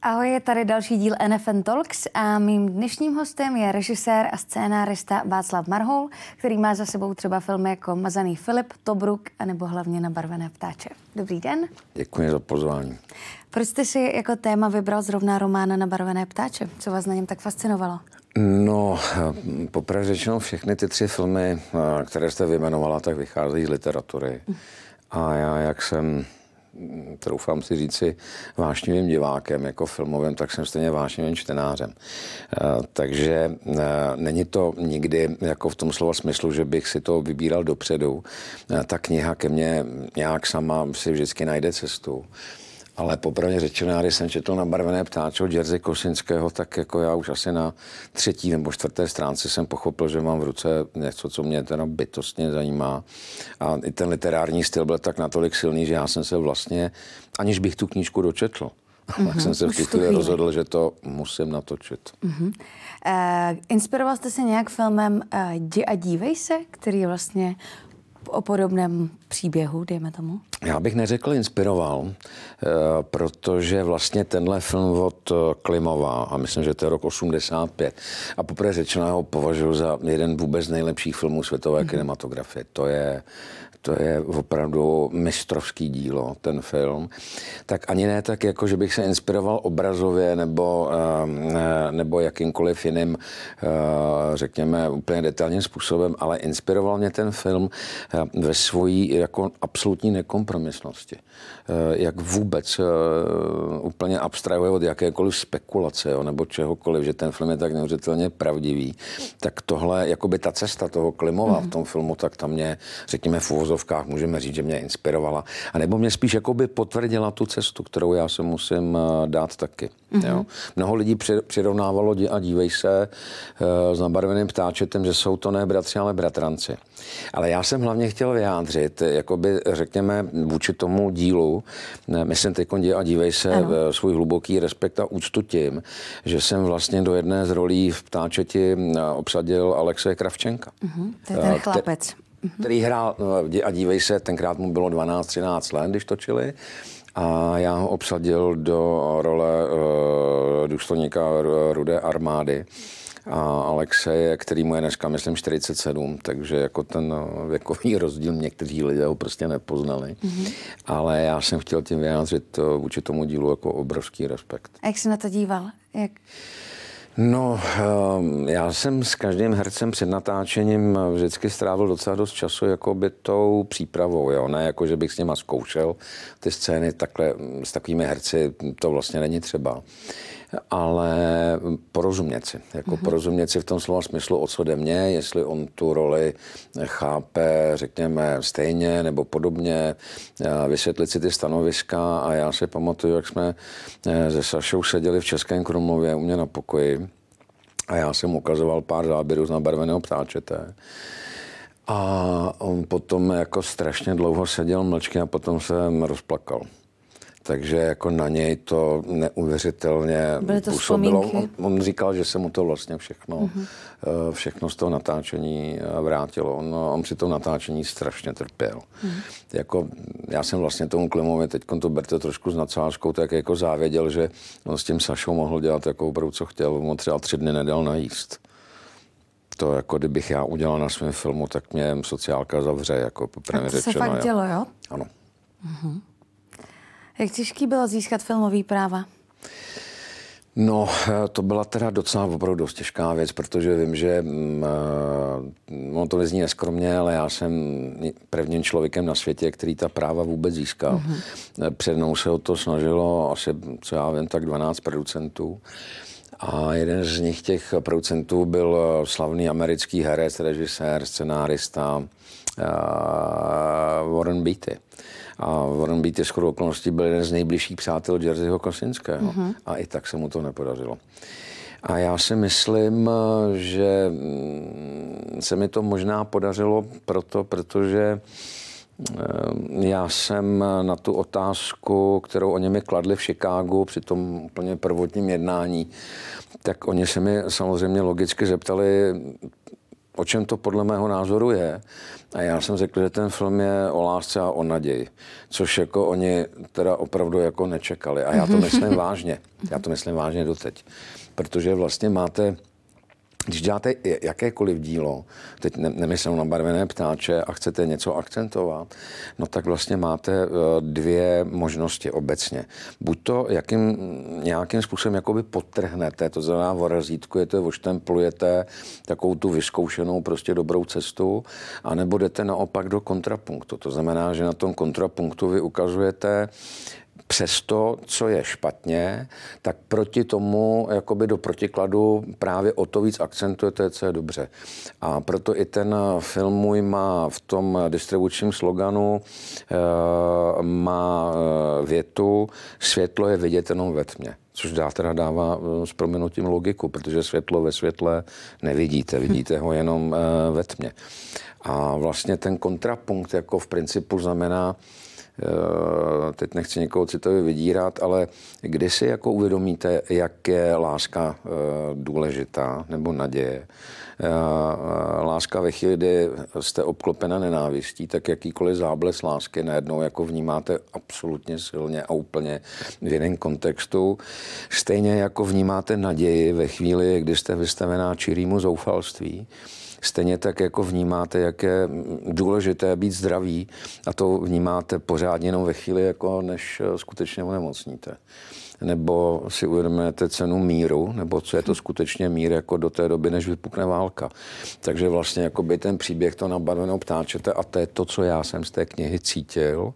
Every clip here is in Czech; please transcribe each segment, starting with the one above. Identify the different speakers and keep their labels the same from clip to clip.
Speaker 1: Ahoj, je tady další díl NFN Talks a mým dnešním hostem je režisér a scénárista Václav Marhoul, který má za sebou třeba filmy jako Mazaný Filip, Tobruk anebo hlavně Nabarvené ptáče. Dobrý den.
Speaker 2: Děkuji za pozvání.
Speaker 1: Proč jste si jako téma vybral zrovna román Nabarvené ptáče? Co vás na něm tak fascinovalo?
Speaker 2: No, popravdě řečeno, všechny ty 3 filmy, které jste vyjmenovala, tak vycházejí z literatury. A já, jak jsem, troufám si říci, vášnivým divákem jako filmovým, tak jsem stejně vášnivým čtenářem. Takže není to nikdy jako v tom slova smyslu, že bych si to vybíral dopředu. Ta kniha ke mně nějak sama si vždycky najde cestu. Ale popravdě řečeno, když jsem četl Nabarvené ptáče od Jerzy Kosinského, tak jako já už asi na 3. nebo 4. stránce jsem pochopil, že mám v ruce něco, co mě teda bytostně zajímá. A i ten literární styl byl tak natolik silný, že já jsem se vlastně, aniž bych tu knížku dočetl, tak jsem se v tu chvíli rozhodl, že to musím natočit.
Speaker 1: Inspiroval jste se nějak filmem Jdi a dívej se, který je vlastně o podobném příběhu, dejme tomu?
Speaker 2: Já bych neřekl inspiroval, protože vlastně tenhle film od Klimova, a myslím, že to je rok 85, a poprvé řečeno ho považuji za jeden vůbec nejlepších filmů světové kinematografie. To je opravdu mistrovský dílo, ten film. Tak ani ne tak, jako že bych se inspiroval obrazově nebo jakýmkoliv jiným, řekněme, úplně detailním způsobem, ale inspiroval mě ten film ve svojí jako absolutní nekompromisnosti. Jak vůbec úplně abstrahuje od jakékoliv spekulace, nebo čehokoliv, že ten film je tak neuvěřitelně pravdivý. Tak tohle, jakoby ta cesta toho Klimova v tom filmu, tak tam mě, řekněme, v uvozovkách můžeme říct, že mě inspirovala. A nebo mě spíš jakoby potvrdila tu cestu, kterou já se musím dát taky. Jo. Mnoho lidí přirovnávalo Jdi a dívej se s Nabarveným ptáčetem, že jsou to ne bratři, ale bratranci. Ale já jsem hlavně chtěl vyjádřit, jakoby řekněme vůči tomu dílu, myslím teď Jdi a dívej se, svůj hluboký respekt a úctu tím, že jsem vlastně do jedné z rolí v Ptáčeti obsadil Alexeje Kravčenka.
Speaker 1: To je ten chlapec.
Speaker 2: Který hrál Jdi a dívej se, tenkrát mu bylo 12-13 let, když točili. A já ho obsadil do role důstojníka Rudé armády. A Alexej, který mu je dneska, myslím, 47, takže jako ten věkový rozdíl někteří lidé ho prostě nepoznali. Ale já jsem chtěl tím vyjádřit vůči tomu dílu jako obrovský respekt.
Speaker 1: A jak jsi na to díval?
Speaker 2: No, já jsem s každým hercem před natáčením vždycky strávil docela dost času jakoby tou přípravou, jo? Ne jako, že bych s nima zkoušel ty scény takhle, s takovými herci, to vlastně není třeba. Ale porozumět si. Jako porozumět si v tom slova smyslu, o co jde mně, jestli on tu roli chápe, řekněme, stejně nebo podobně, vysvětlit si ty stanoviska. A já si pamatuju, jak jsme se Sašou seděli v Českém Krumlově u mě na pokoji a já jsem ukazoval pár záběrů z Nabarveného ptáčete. A on potom jako strašně dlouho seděl mlčky a potom se rozplakal. Takže jako na něj to neuvěřitelně působilo. On říkal, že se mu to vlastně všechno z toho natáčení vrátilo. On při tom natáčení strašně trpěl. Jako, já jsem vlastně tomu Klimovi, teď to berte trošku s nadsázkou, tak jako závěděl, že on s tím Sašou mohl dělat jako opravdu, co chtěl. On třeba 3 dny nedal najíst. To jako kdybych já udělal na svém filmu, tak mě sociálka zavře. Jako
Speaker 1: a to se fakt dělo, jo?
Speaker 2: Ano.
Speaker 1: Jak těžký bylo získat filmový práva?
Speaker 2: No, to byla teda docela opravdu dost těžká věc, protože vím, že ono to nezní neskromně, ale já jsem prvním člověkem na světě, který ta práva vůbec získal. Před mnou se o to snažilo asi, co já vím, tak 12 producentů. A jeden z nich, těch producentů, byl slavný americký herec, režisér, scenárista Warren Beatty. A Warren Beatty shodou okolností byl jeden z nejbližších přátel Jerzego Kosinského. A i tak se mu to nepodařilo. A já si myslím, že se mi to možná podařilo protože já jsem na tu otázku, kterou oni mi kladli v Chicagu při tom úplně prvotním jednání, tak oni se mi samozřejmě logicky zeptali, o čem to podle mého názoru je. A já jsem řekl, že ten film je o lásce a o naději, což jako oni teda opravdu jako nečekali. A já to myslím vážně. Já to myslím vážně doteď. Protože vlastně máte, když děláte jakékoliv dílo, teď nemyslím na Barvené ptáče a chcete něco akcentovat, no tak vlastně máte dvě možnosti obecně. Buď to nějakým způsobem jakoby podtrhnete, to znamená orazítkujete, oštemplujete takovou tu vyzkoušenou prostě dobrou cestu, anebo jdete naopak do kontrapunktu. To znamená, že na tom kontrapunktu vy ukazujete přes to, co je špatně, tak proti tomu, jakoby do protikladu právě o to víc akcentujete, co je dobře. A proto i ten film můj má v tom distribučním sloganu má větu světlo je vidět jenom ve tmě. Což dává s prominutím logiku, protože světlo ve světle nevidíte, vidíte ho jenom ve tmě. A vlastně ten kontrapunkt jako v principu znamená, teď nechci někoho citově vydírat, ale když si jako uvědomíte, jak je láska důležitá nebo naděje. Láska ve chvíli, kdy jste obklopena nenávistí, tak jakýkoliv zábles lásky najednou jako vnímáte absolutně silně a úplně v jiném kontextu. Stejně jako vnímáte naději ve chvíli, kdy jste vystavená čirýmu zoufalství. Stejně tak jako vnímáte, jak je důležité být zdravý a to vnímáte pořádně jenom ve chvíli, jako než skutečně onemocníte. Nebo si uvědomujete cenu míru, nebo co je to skutečně mír jako do té doby, než vypukne válka. Takže vlastně jakoby ten příběh to na Barvenou ptáčete a to je to, co já jsem z té knihy cítil,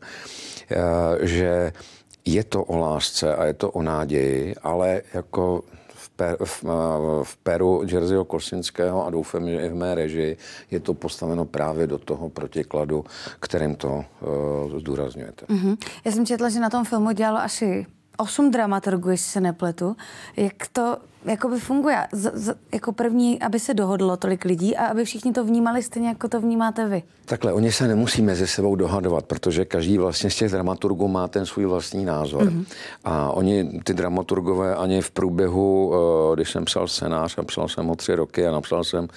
Speaker 2: že je to o lásce a je to o naději, ale jako v peru Jerzeyho Kosinského a doufám, že i v mé režii je to postaveno právě do toho protikladu, kterým to zdůrazňujete.
Speaker 1: Já jsem četla, že na tom filmu dělalo asi 8 dramaturgů, jestli se nepletu. Jak to jakoby funguje? Jako první, aby se dohodlo tolik lidí a aby všichni to vnímali stejně, jako to vnímáte vy.
Speaker 2: Takhle, oni se nemusí mezi sebou dohadovat, protože každý vlastně z těch dramaturgů má ten svůj vlastní názor. A oni, ty dramaturgové, ani v průběhu, když jsem psal scénář a psal jsem ho 3 roky a napsal jsem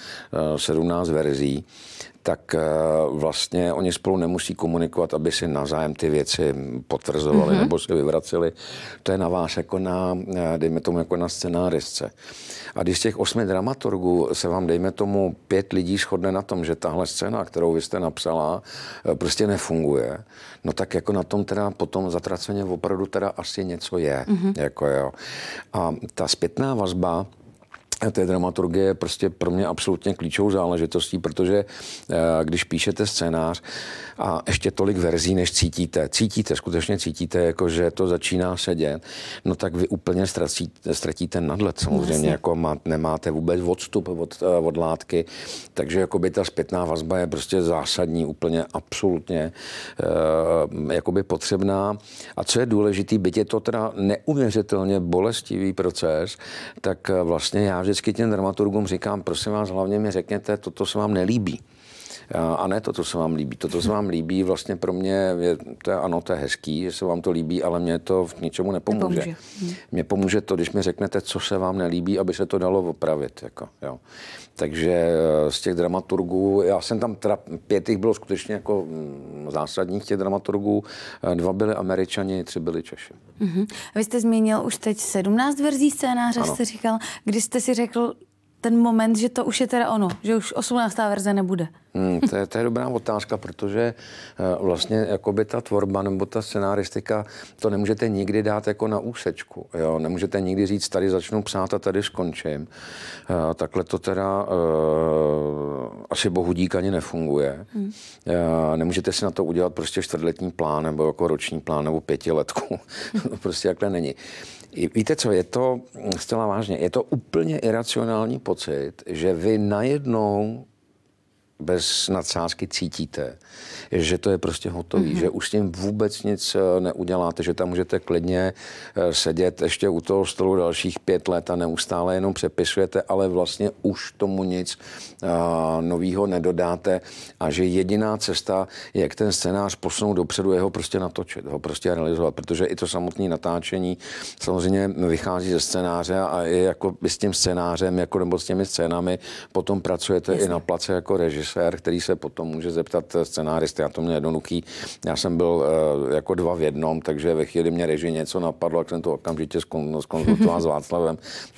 Speaker 2: 17 verzí, tak vlastně oni spolu nemusí komunikovat, aby si navzájem ty věci potvrzovali nebo si vyvraceli. To je na vás jako na, dejme tomu, jako na scenáristce. A když z těch 8 dramaturgů se vám, dejme tomu, 5 lidí shodne na tom, že tahle scéna, kterou vy jste napsala, prostě nefunguje, no tak jako na tom teda potom zatraceně opravdu teda asi něco je. Jako jo. A ta zpětná vazba té dramaturgie je prostě pro mě absolutně klíčovou záležitostí, protože když píšete scénář a ještě tolik verzí, než skutečně cítíte, jako že to začíná sedět, no tak vy úplně ztratíte nadhled samozřejmě, jako nemáte vůbec odstup od látky, takže jakoby ta zpětná vazba je prostě zásadní, úplně absolutně jakoby potřebná. A co je důležitý, byť je to teda neuvěřitelně bolestivý proces, tak vlastně já vždycky těm dramaturgům říkám, prosím vás, hlavně mi řekněte, toto se vám nelíbí. A ne toto se vám líbí. Toto se vám líbí, vlastně pro mě, to je hezký, že se vám to líbí, ale mě to v ničemu nepomůže. Mně pomůže to, když mi řeknete, co se vám nelíbí, aby se to dalo opravit. Jako, jo. Takže z těch dramaturgů, já jsem tam, teda 5 jich bylo skutečně jako zásadních těch dramaturgů, 2 byli Američani, 3 byli Češi.
Speaker 1: Vy jste zmínil už teď 17 verzí scénáře, jste říkal, kdy jste si řekl ten moment, že to už je teda ono, že už 18. verze nebude?
Speaker 2: To je dobrá otázka, protože vlastně jakoby ta tvorba nebo ta scenáristika, to nemůžete nikdy dát jako na úsečku. Jo? Nemůžete nikdy říct, tady začnu psát a tady skončím. Takhle to teda asi bohu dík ani nefunguje. Nemůžete si na to udělat prostě 4letní plán nebo jako roční plán nebo 5letku. Prostě takhle není. Víte co, je to zcela vážně, je to úplně iracionální pocit, že vy najednou bez nadsázky cítíte, že to je prostě hotový, že už s tím vůbec nic neuděláte, že tam můžete klidně sedět ještě u toho stolu dalších 5 let a neustále jenom přepisujete, ale vlastně už tomu nic novýho nedodáte a že jediná cesta, jak ten scénář posunout dopředu, je ho prostě natočit, ho prostě realizovat, protože i to samotné natáčení samozřejmě vychází ze scénáře a je jako s tím scénářem, jako nebo s těmi scénami potom pracujete i na place jako režisér, který se potom může zeptat scenáristy. Já to měl jednoduchý. Já jsem byl jako 2 v jednom, takže ve chvíli mě režii něco napadlo, jak jsem to okamžitě zkonzultoval s Václavem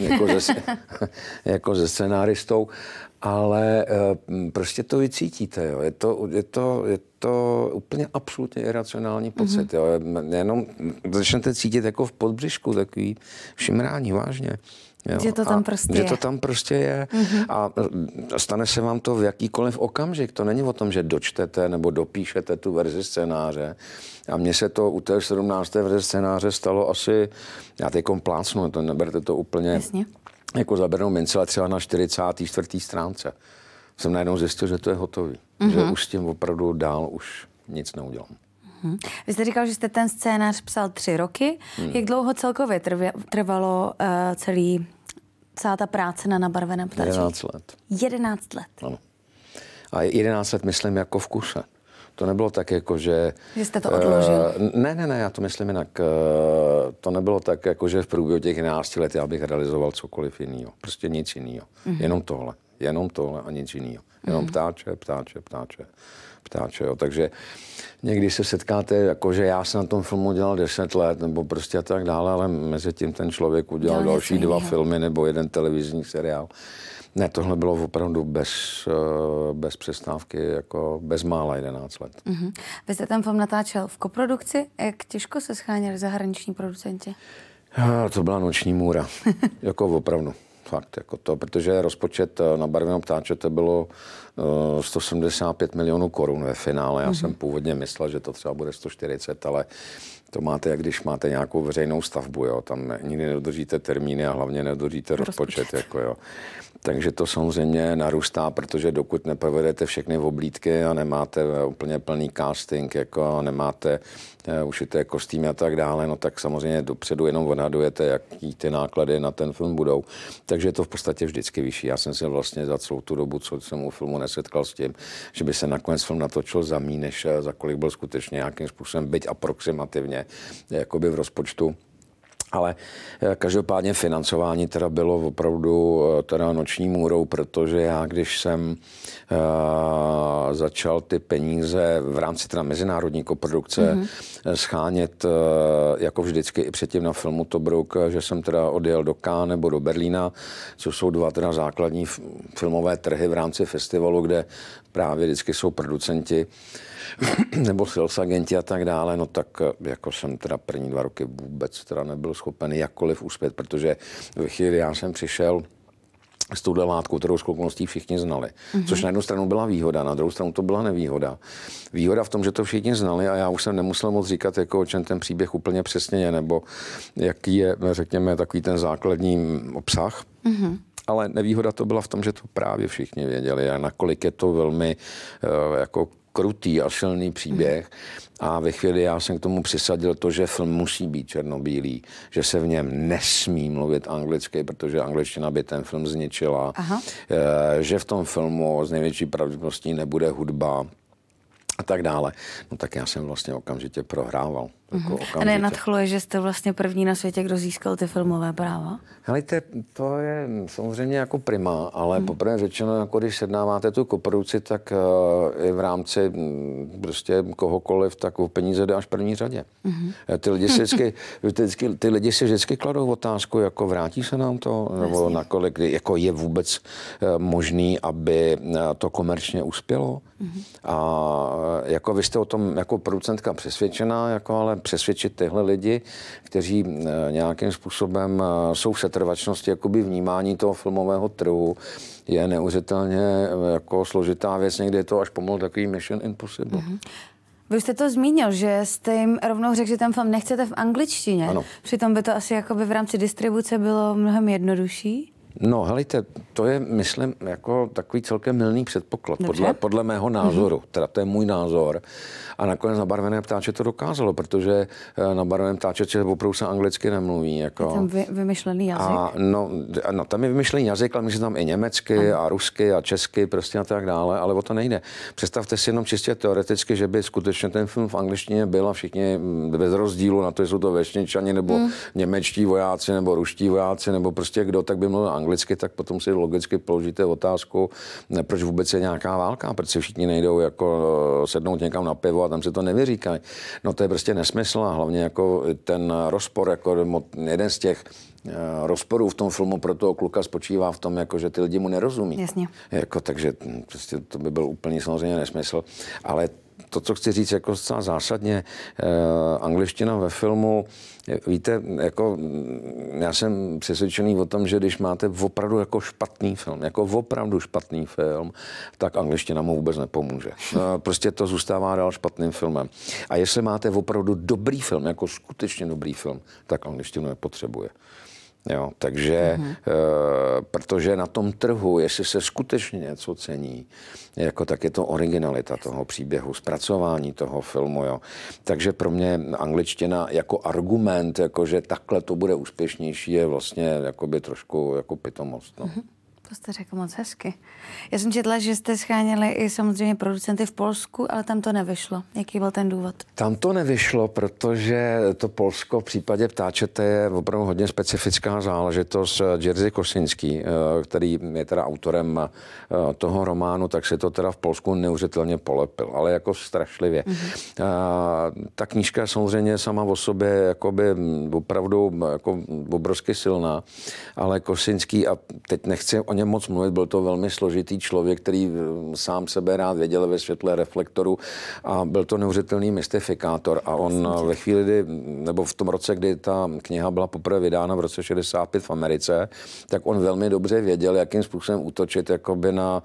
Speaker 2: jako se scenáristou. Ale prostě to vycítíte, jo. Je to úplně absolutně iracionální pocit, jo. Jenom začnete cítit jako v podbřišku takový šimrání, vážně. Jo. Že to tam prostě je. A stane se vám to v jakýkoliv okamžik. To není o tom, že dočtete nebo dopíšete tu verzi scénáře. A mně se to u té 17. verze scénáře stalo asi, já teďkom plácnu, to neberte to úplně jako zabernou mince, ale třeba na 44. stránce. Jsem najednou zjistil, že to je hotový. Že už s tím opravdu dál už nic neudělám.
Speaker 1: Vy jste říkal, že jste ten scénář psal 3 roky. Jak dlouho celkově trvalo celá ta práce na Nabarveném ptáči?
Speaker 2: 11 let.
Speaker 1: 11 let.
Speaker 2: Ano. A 11 let myslím jako v kuse. To nebylo tak jako, že...
Speaker 1: Že jste to odložil.
Speaker 2: Ne, já to myslím jinak. To nebylo tak jako, že v průběhu těch 11 let já bych realizoval cokoliv jiného. Prostě nic jiného. Jenom tohle a nic jiného. Jenom ptáče. Jo. Takže někdy se setkáte, jako, že já jsem na tom filmu dělal 10 let, nebo prostě a tak dále, ale mezi tím ten člověk udělal další 2 filmy nebo 1 televizní seriál. Ne, tohle bylo opravdu bez přestávky, jako bezmála 11 let.
Speaker 1: Vy jste ten film natáčel v koprodukci. Jak těžko se scháněli zahraniční producenti?
Speaker 2: To byla noční můra. Jako opravdu. Fakt, jako to, protože rozpočet na Barveného ptáče to bylo 175 milionů korun ve finále. Já jsem původně myslel, že to třeba bude 140, ale to máte, jak když máte nějakou veřejnou stavbu, jo. Tam nikdy nedodržíte termíny a hlavně nedodržíte rozpočet. Jako, jo. Takže to samozřejmě narůstá, protože dokud neprovedete všechny oblídky a nemáte úplně plný casting, jako nemáte ušité kostýmy a tak dále, no tak samozřejmě dopředu jenom odhadujete, jaký ty náklady na ten film budou. Takže je to v podstatě vždycky vyšší. Já jsem se vlastně za celou tu dobu, co jsem u filmu nesetkal s tím, že by se nakonec film natočil za míň, než za kolik byl skutečně nějakým způsobem, byť aproximativně, jakoby v rozpočtu. Ale každopádně financování teda bylo opravdu teda noční můrou, protože já, když jsem začal ty peníze v rámci teda mezinárodní koprodukce schánět jako vždycky i předtím na filmu Tobruk, že jsem teda odjel do Cannes nebo do Berlína, což jsou 2 teda základní filmové trhy v rámci festivalu, kde právě vždycky jsou producenti nebo sales agenti a tak dále, no tak jako jsem teda první 2 roky vůbec teda nebyl schopen jakkoliv uspět, protože ve chvíli já jsem přišel s touhle látkou, kterou s okolností všichni znali. Což na jednu stranu byla výhoda, na druhou stranu to byla nevýhoda. Výhoda v tom, že to všichni znali a já už jsem nemusel moc říkat, jako o čem ten příběh úplně přesně je, nebo jaký je, řekněme, takový ten základní obsah. Ale nevýhoda to byla v tom, že to právě všichni věděli a nakolik je to velmi jako krutý a silný příběh. A ve chvíli já jsem k tomu přisadil to, že film musí být černobílý, že se v něm nesmí mluvit anglicky, protože angličtina by ten film zničila, že v tom filmu z největší pravděpodobností nebude hudba a tak dále. No tak já jsem vlastně okamžitě prohrával. Jako
Speaker 1: A nenadchlo, že jste vlastně první na světě, kdo získal ty filmové práva?
Speaker 2: Helejte, to je samozřejmě jako prima, ale poprvé řečeno, jako když sednáváte tu koprodukci, tak i v rámci prostě kohokoliv, tak o peníze jde až v první řadě. Ty lidi si vždycky kladou otázku, jako vrátí se nám to, nebo nakolik, jako je vůbec možný, aby to komerčně uspělo. A jako vy jste o tom jako producentka přesvědčená, jako ale přesvědčit tyhle lidi, kteří nějakým způsobem jsou v setrvačnosti jakoby vnímání toho filmového trhu, je neuvěřitelně jako složitá věc. Někdy je to až pomalu takový mission impossible.
Speaker 1: Vy jste to zmínil, že jste jim rovnou řekl, že ten film nechcete v angličtině.
Speaker 2: Ano.
Speaker 1: Přitom by to asi jakoby v rámci distribuce bylo mnohem jednodušší.
Speaker 2: No, helejte, to je, myslím, jako takový celkem mylný předpoklad, podle mého názoru. Teda to je můj názor. A nakonec Na barvené ptáče to dokázalo, protože Na barveném ptáče opravdu se anglicky nemluví. Jako.
Speaker 1: Je tam vymyšlený jazyk?
Speaker 2: No, tam je vymyšlený jazyk, ale myslím tam i německy a rusky a česky prostě a tak dále, ale o to nejde. Představte si jenom čistě teoreticky, že by skutečně ten film v angličtině byl a všichni bez rozdílu na to, jestli jsou to Vesničani nebo němečtí vojáci nebo ruští vojáci nebo prostě kdo, tak by mluvil anglicky, tak potom si logicky položíte otázku, proč vůbec je nějaká válka, proč si všichni nejdou jako sednout někam na pivo a tam se to nevyříkají. No to je prostě nesmysl a hlavně jako ten rozpor, jako jeden z těch rozporů v tom filmu pro toho kluka spočívá v tom, jako, že ty lidi mu nerozumí.
Speaker 1: Jasně.
Speaker 2: Jako, takže prostě to by byl úplně samozřejmě nesmysl. Ale to, co chci říct jako zcela zásadně, angličtina ve filmu, víte, jako já jsem přesvědčený o tom, že když máte opravdu jako špatný film, jako opravdu špatný film, tak angličtina mu vůbec nepomůže. Prostě to zůstává dál špatným filmem. A jestli máte opravdu dobrý film, jako skutečně dobrý film, tak angličtinu nepotřebuje. Jo, takže, protože na tom trhu, jestli se skutečně něco cení, jako tak je to originalita toho příběhu, zpracování toho filmu. Jo. Takže pro mě angličtina jako argument, jako že takhle to bude úspěšnější, je vlastně jakoby trošku jako pitomost. No.
Speaker 1: To jste řekl moc hezky. Já jsem četla, že jste scháněli i samozřejmě producenty v Polsku, ale tam to nevyšlo. Jaký byl ten důvod?
Speaker 2: Tam to nevyšlo, protože to Polsko v případě Ptáčete je opravdu hodně specifická záležitost. Jerzy Kosinský, který je teda autorem toho románu, tak se to teda v Polsku neuvěřitelně polepil, ale jako strašlivě. Ta knížka samozřejmě sama o sobě jakoby opravdu jako obrovsky silná, ale Kosinský, a teď nechci o něm moc mluvit, byl to velmi složitý člověk, který sám sebe rád věděl ve světle reflektoru a byl to neuvěřitelný mystifikátor. A on ve chvíli, nebo v tom roce, kdy ta kniha byla poprvé vydána v roce 65 v Americe, tak on velmi dobře věděl, jakým způsobem útočit jakoby na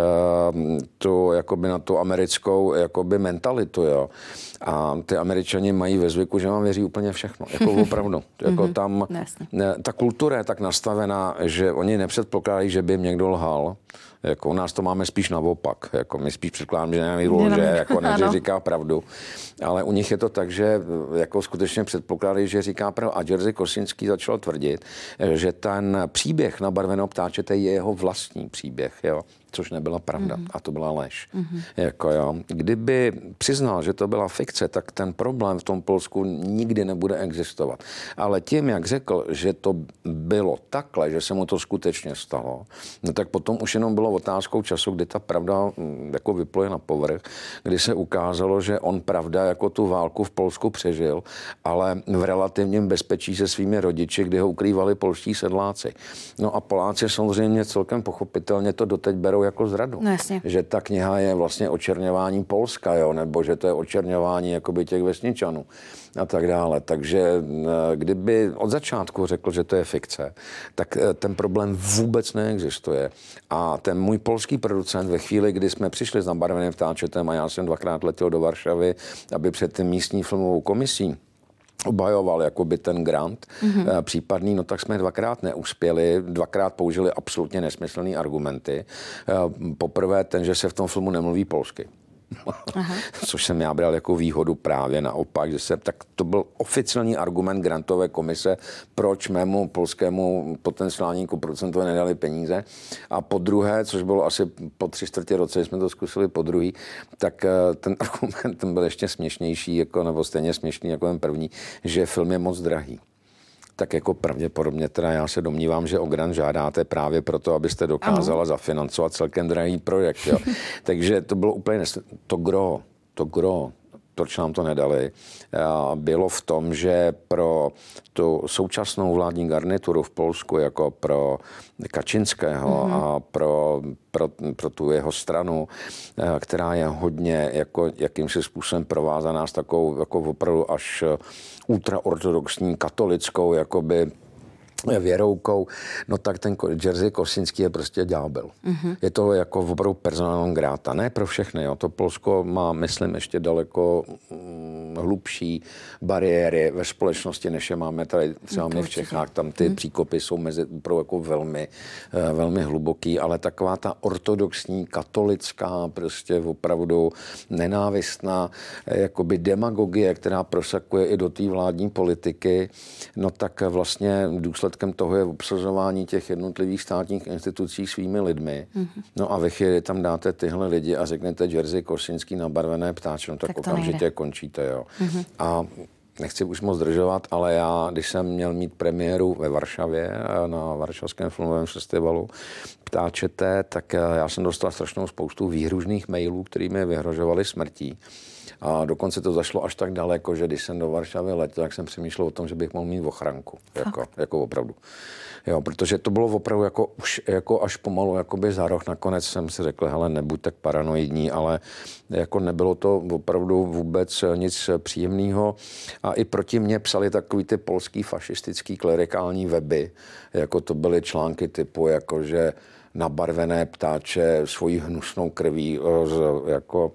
Speaker 2: tu americkou jakoby mentalitu. Jo. A ty Američani mají ve zvyku, že vám věří úplně všechno. Jako opravdu. Jako tam ta kultura je tak nastavená, že oni nepředpokládají, že by jim někdo lhal. Jako u nás to máme spíš naopak. Jako my spíš předkládáme, že někdo lže, jako ne, že říká pravdu. Ale u nich je to tak, že jako skutečně předpokládají, že říká pravdu. A Jerzy Kosinský začal tvrdit, že ten příběh Na barveného ptáčete je jeho vlastní příběh. Jo? Což nebyla pravda. A to byla lež. Jako, jo. Kdyby přiznal, že to byla fikce, tak ten problém v tom Polsku nikdy nebude existovat. Ale tím, jak řekl, že to bylo takhle, že se mu to skutečně stalo, no tak potom už jenom bylo otázkou času, kdy ta pravda jako vypluje na povrch, kdy se ukázalo, že on pravda jako tu válku v Polsku přežil, ale v relativním bezpečí se svými rodiči, kdy ho ukrývali polští sedláci. No a Poláci samozřejmě celkem pochopitelně to doteď berou jako zradu.
Speaker 1: No,
Speaker 2: že ta kniha je vlastně očerňování Polska, jo, nebo že to je očerňování jakoby těch vesničanů a tak dále. Takže kdyby od začátku řekl, že to je fikce, tak ten problém vůbec neexistuje. A ten můj polský producent ve chvíli, kdy jsme přišli s Na barveným ptáčetem a já jsem 2krát letěl do Varšavy, aby před tím místní filmovou komisí obhajoval jakoby ten grant případný, no tak jsme 2krát neuspěli, 2krát použili absolutně nesmyslné argumenty. Poprvé ten, že se v tom filmu nemluví polsky. Což jsem já bral jako výhodu právě naopak, tak to byl oficiální argument grantové komise, proč mému polskému potenciálnímu producentovi nedali peníze. A po druhé, což bylo asi po 3/4 roce, jsme to zkusili po druhý, tak ten argument ten byl ještě směšnější, jako, nebo stejně směšný jako ten první, že film je moc drahý. Tak jako pravděpodobně teda já se domnívám, že o grant žádáte právě proto, abyste dokázala zafinancovat celkem drahý projekt. Jo. Takže to bylo úplně to gro, proč nám to nedali, bylo v tom, že pro tu současnou vládní garnituru v Polsku, jako pro Kačinského a pro tu jeho stranu, která je hodně jako jakýmsi způsobem provázaná s takovou jako opravdu až ultraortodoxní katolickou jakoby Věroukou, no tak ten Jerzy Kosinský je prostě ďábel. Je to jako opravdu persona non grata. Ne pro všechny. Jo. To Polsko má, myslím, ještě daleko hlubší bariéry ve společnosti, než je máme tady třeba my v Čechách. Tam ty příkopy jsou mezi opravdu jako velmi hluboký, ale taková ta ortodoxní, katolická, prostě opravdu nenávistná jakoby demagogie, která prosakuje i do té vládní politiky, no tak vlastně důsledkem toho je obsazování těch jednotlivých státních institucí svými lidmi. No a ve chvíli tam dáte tyhle lidi a řeknete Jerzy Kosinský na barvené ptáče, no tak okamžitě končíte. Jo. A nechci už moc zdržovat, ale já, když jsem měl mít premiéru ve Varšavě na Varšavském filmovém festivalu Ptáčete, tak já jsem dostal strašnou spoustu výhružných mailů, které mi vyhrožovaly smrtí. A dokonce to zašlo až tak daleko, že když jsem do Varšavy letěl, tak jsem přemýšlel o tom, že bych mohl mít ochranku. Jako opravdu. Jo, protože to bylo opravdu jako až pomalu jakoby za roh. Nakonec jsem si řekl, hele, nebuď tak paranoidní, ale jako nebylo to opravdu vůbec nic příjemného. A i proti mně psali takový ty polský fašistický klerikální weby. Jako to byly články typu, jako že nabarvené ptáče svojí hnusnou krví jako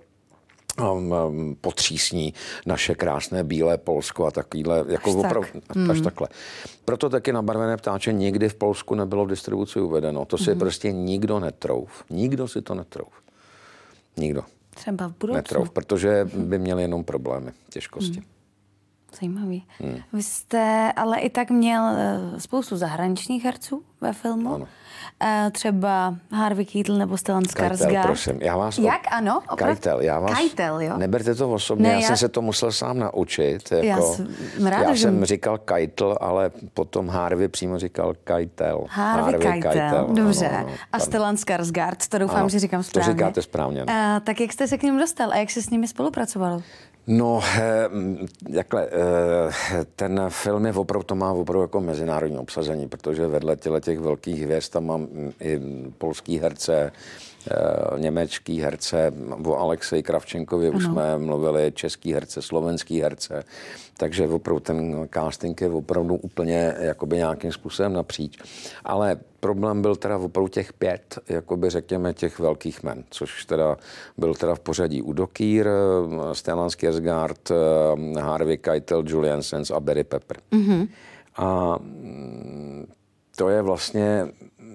Speaker 2: potřísní naše krásné bílé Polsko a takovýhle, jako opravdu, až takhle. Proto taky nabarvené ptáče nikdy v Polsku nebylo v distribuci uvedeno. To si prostě nikdo netrouf. Nikdo si to netrouf. Nikdo.
Speaker 1: Třeba v budoucnu.
Speaker 2: Netrouf, protože by měli jenom problémy, těžkosti.
Speaker 1: Zajímavý. Vy jste ale i tak měl spoustu zahraničních herců ve filmu. Ano. Třeba Harvey Keitel nebo Stellan Skarsgård.
Speaker 2: Keitel, prosím. Já vás
Speaker 1: Jak? Ano?
Speaker 2: Keitel.
Speaker 1: Keitel, jo?
Speaker 2: Neberte to osobně, já jsem se to musel sám naučit. Jako, já jsem říkal Keitel, ale potom Harvey přímo říkal Keitel.
Speaker 1: Harvey Keitel. Dobře. Ano, a Stellan Skarsgård, to doufám, že říkám správně.
Speaker 2: To říkáte správně.
Speaker 1: Tak jak jste se k ním dostal a jak se s nimi spolupracovalo?
Speaker 2: No, jakhle, ten film je opravdu, to má opravdu jako mezinárodní obsazení, protože vedle těch velkých hvězd tam mám i polský herce, německý herce, o Alexeji Kravčenkovi už jsme mluvili, český herce, slovenský herce, takže opravdu ten casting je opravdu úplně jakoby nějakým způsobem napříč. Ale problém byl teda opravdu těch 5, jakoby řekněme těch velkých men, což teda byl teda v pořadí Udo Kier, Stellan Skarsgård, Harvey Keitel, Julian Sands a Barry Pepper. A to je vlastně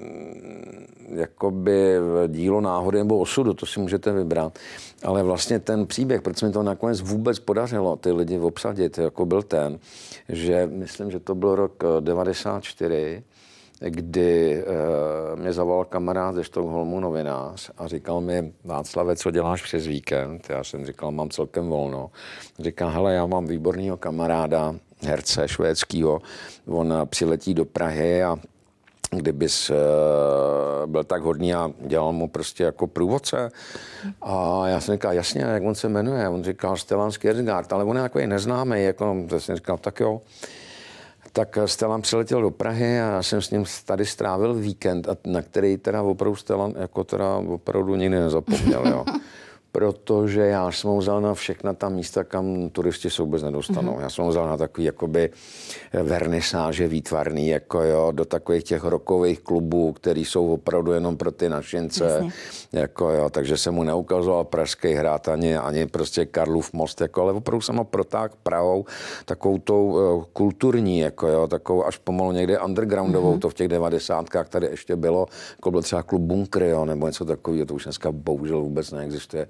Speaker 2: jakoby dílo náhody nebo osudu, to si můžete vybrat. Ale vlastně ten příběh, proč se mi to nakonec vůbec podařilo ty lidi obsadit, jako byl ten, že myslím, že to byl rok 94, kdy mě zavolal kamarád ze Stockholmu, novinář, a říkal mi, Václave, co děláš přes víkend? Já jsem říkal, mám celkem volno. Říká, hele, já mám výborného kamaráda, herce švédskýho, on přiletí do Prahy a kdybys byl tak hodný a dělal mu prostě jako průvodce. A já jsem říkal, jasně, jak on se jmenuje? On říkal Stellan Skarsgård, ale on je takový neznámý, jako, to jsem říkal, tak jo. Tak Stellan přiletěl do Prahy a já jsem s ním tady strávil víkend, na který teda opravdu Stellan jako teda opravdu nikdy nezapomněl, jo. Protože já jsem ho vzal na všechna ta místa, kam turisti se vůbec nedostanou. Já jsem ho vzal na takový jakoby vernisáže výtvarný, jako jo, do takových těch rockových klubů, který jsou opravdu jenom pro ty nadšence, jako jo, takže jsem mu neukazoval Pražský hrad, ani prostě Karlův most, jako, ale opravdu jsem ho protáhl Prahou, takovou tou kulturní, jako jo, takovou až pomalu někde undergroundovou, to v těch 90kách tady ještě bylo, jako byl třeba klub Bunkry, jo, nebo něco takového, to už dneska bohužel vůbec neexistuje.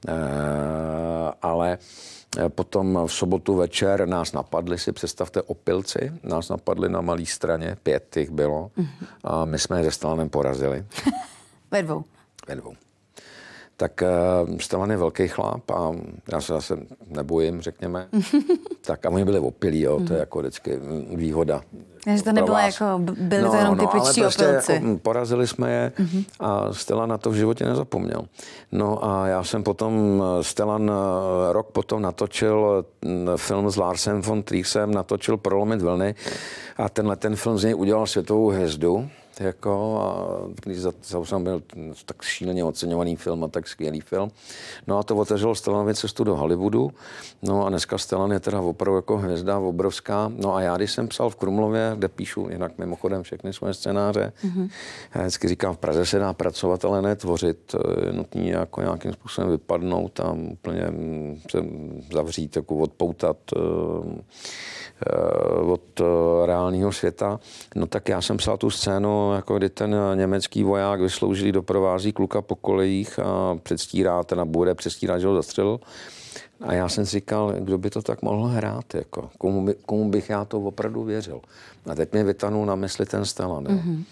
Speaker 2: Ale potom v sobotu večer nás napadli, si představte, opilci, nás napadli na Malé Straně, 5 jich bylo a my jsme je se Stellanem porazili.
Speaker 1: Ve dvou.
Speaker 2: Tak Stellan je velký chlap a já se zase nebojím, řekněme. Tak a oni byli opilí, jo, to je jako vždycky výhoda.
Speaker 1: Takže to nebylo jako, byli to jenom typičtí
Speaker 2: prostě
Speaker 1: opilci.
Speaker 2: Jako, porazili jsme je a Stellan na to v životě nezapomněl. No a já jsem potom, Stellan rok potom natočil film s Larsem von Triersem, natočil Prolomit vlny a ten film z něj udělal světovou hvězdu. jako, a když zavřel byl tak šíleně oceňovaný film a tak skvělý film. No a to otevřelo Stellanovi cestu do Hollywoodu. No a dneska Stellan je teda opravdu jako hvězda obrovská. No a já, když jsem psal v Krumlově, kde píšu jinak mimochodem všechny svoje scénáře, já vždycky říkám, v Praze se dá pracovat, ale ne tvořit. Je nutný jako nějakým způsobem vypadnout a úplně se zavřít, jako odpoutat od reálného světa. No tak já jsem psal tu scénu, jako kdy ten německý voják vysloužilý doprovází kluka po kolejích a bude předstírat, že ho zastřelil. A já jsem si říkal, kdo by to tak mohl hrát, jako, komu bych já to opravdu věřil. A teď mě vytanul na mysli ten Stellan. Mm-hmm.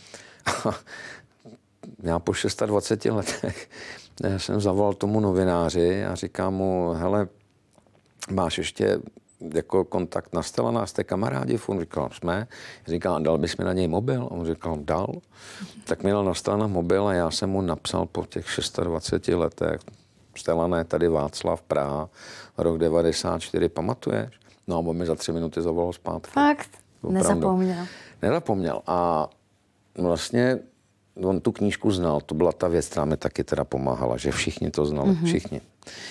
Speaker 2: Já po 26 letech jsem zavolal tomu novináři a říkám mu, hele, máš ještě jako kontakt na Stellana, jste kamarádi? On říkal, jsme. Říkal, dal bys mi na něj mobil? On říkal, dal. Tak mi dal na Stellana mobil a já jsem mu napsal po těch 26 letech, Stellane, tady Václav, Praha, rok 94, pamatuješ? No a on mi za 3 minuty zavolal zpátky.
Speaker 1: Fakt?
Speaker 2: Opravdu. Nezapomněl. A vlastně on tu knížku znal, to byla ta věc, která mi taky teda pomáhala, že všichni to znali, všichni.